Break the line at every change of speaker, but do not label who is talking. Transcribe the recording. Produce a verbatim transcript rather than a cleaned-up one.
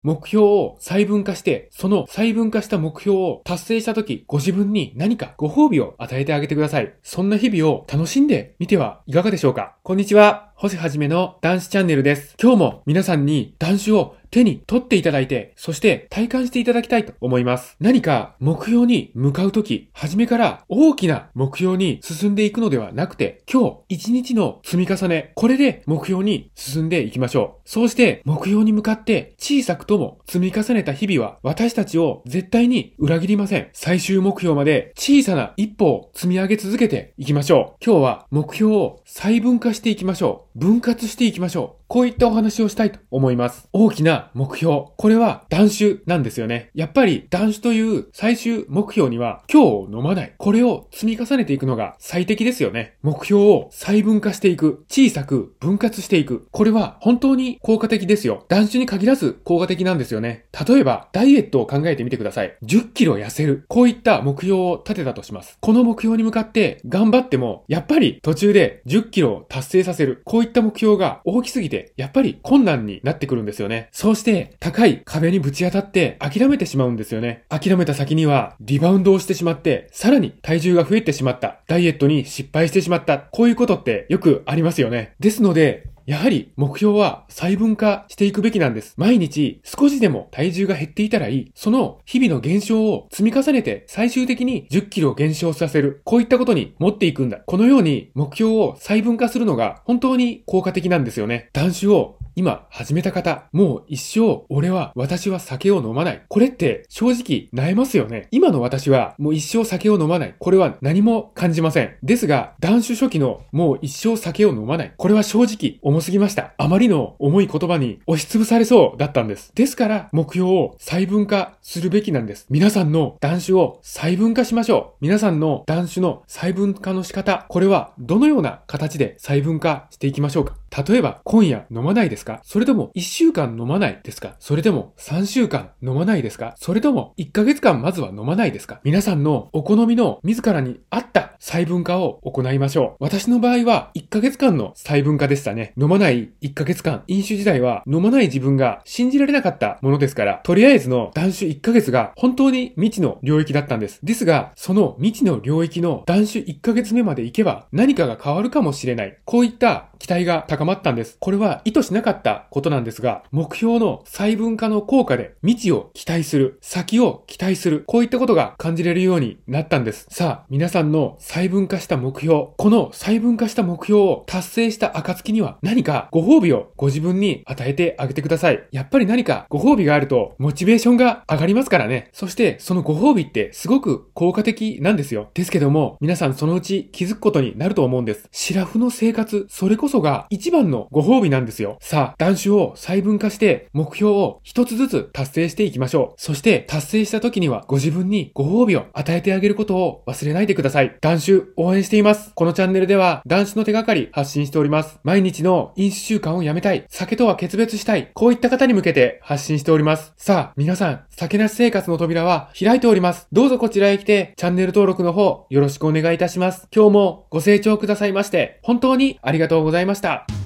目標を細分化して、その細分化した目標を達成したとき、ご自分に何かご褒美を与えてあげてください。そんな日々を楽しんでみてはいかがでしょうか。こんにちは。星はじめの男子チャンネルです。今日も皆さんに男子を手に取っていただいて、そして体感していただきたいと思います。何か目標に向かうとき、初めから大きな目標に進んでいくのではなくて、今日一日の積み重ね、これで目標に進んでいきましょう。そうして目標に向かって小さくとも積み重ねた日々は私たちを絶対に裏切りません。最終目標まで小さな一歩を積み上げ続けていきましょう。今日は目標を細分化していきましょう。分割していきましょう。こういったお話をしたいと思います。大きな目標。これは断酒なんですよね。やっぱり断酒という最終目標には今日を飲まない。これを積み重ねていくのが最適ですよね。目標を細分化していく。小さく分割していく。これは本当に効果的ですよ。断酒に限らず効果的なんですよね。例えばダイエットを考えてみてください。じゅっキロ痩せる。こういった目標を立てたとします。この目標に向かって頑張ってもやっぱり途中でじゅっキロを達成させる。こういった目標が大きすぎてやっぱり困難になってくるんですよね。そうして高い壁にぶち当たって諦めてしまうんですよね。諦めた先にはリバウンドをしてしまってさらに体重が増えてしまった。ダイエットに失敗してしまった。こういうことってよくありますよね。ですのでやはり目標は細分化していくべきなんです。毎日少しでも体重が減っていたらいい。その日々の減少を積み重ねて最終的にじゅっキロ減少させる。こういったことに持っていくんだ。このように目標を細分化するのが本当に効果的なんですよね。断酒を今始めた方、もう一生俺は私は酒を飲まない。これって正直萎えますよね。今の私はもう一生酒を飲まない。これは何も感じません。ですが断酒初期のもう一生酒を飲まない。これは正直重すぎました。あまりの重い言葉に押しつぶされそうだったんです。ですから目標を細分化するべきなんです。皆さんの断酒を細分化しましょう。皆さんの断酒の細分化の仕方、これはどのような形で細分化していきましょうか。例えば今夜飲まないですか？それともいっしゅうかん飲まないですか？それともさんしゅうかん飲まないですか？それともいっかげつかんまずは飲まないですか？皆さんのお好みの自らに合った細分化を行いましょう。私の場合はいっかげつかんの細分化でしたね。飲まないいっかげつかん、飲酒時代は飲まない自分が信じられなかったものですから、とりあえずの断酒いっかげつが本当に未知の領域だったんです。ですが、その未知の領域の断酒いっかげつめまで行けば何かが変わるかもしれない。こういった期待が高まったんです。これは意図しなかったことなんですが、目標の細分化の効果で未知を期待する、先を期待する、こういったことが感じれるようになったんです。さあ、皆さんの細分化した目標、この細分化した目標を達成した暁には何かご褒美をご自分に与えてあげてください。やっぱり何かご褒美があるとモチベーションが上がりますからね。そしてそのご褒美ってすごく効果的なんですよ。ですけども、皆さんそのうち気づくことになると思うんです。シラフの生活、それこそが一番のご褒美なんですよ。さあ、断酒を細分化して目標を一つずつ達成していきましょう。そして達成した時にはご自分にご褒美を与えてあげることを忘れないでください。断酒応援しています。このチャンネルでは断酒の手がかり発信しております。毎日の飲酒習慣をやめたい、酒とは決別したい、こういった方に向けて発信しております。さあ、皆さん、酒なし生活の扉は開いております。どうぞこちらへ来てチャンネル登録の方よろしくお願いいたします。今日もご清聴くださいまして本当にありがとうございました。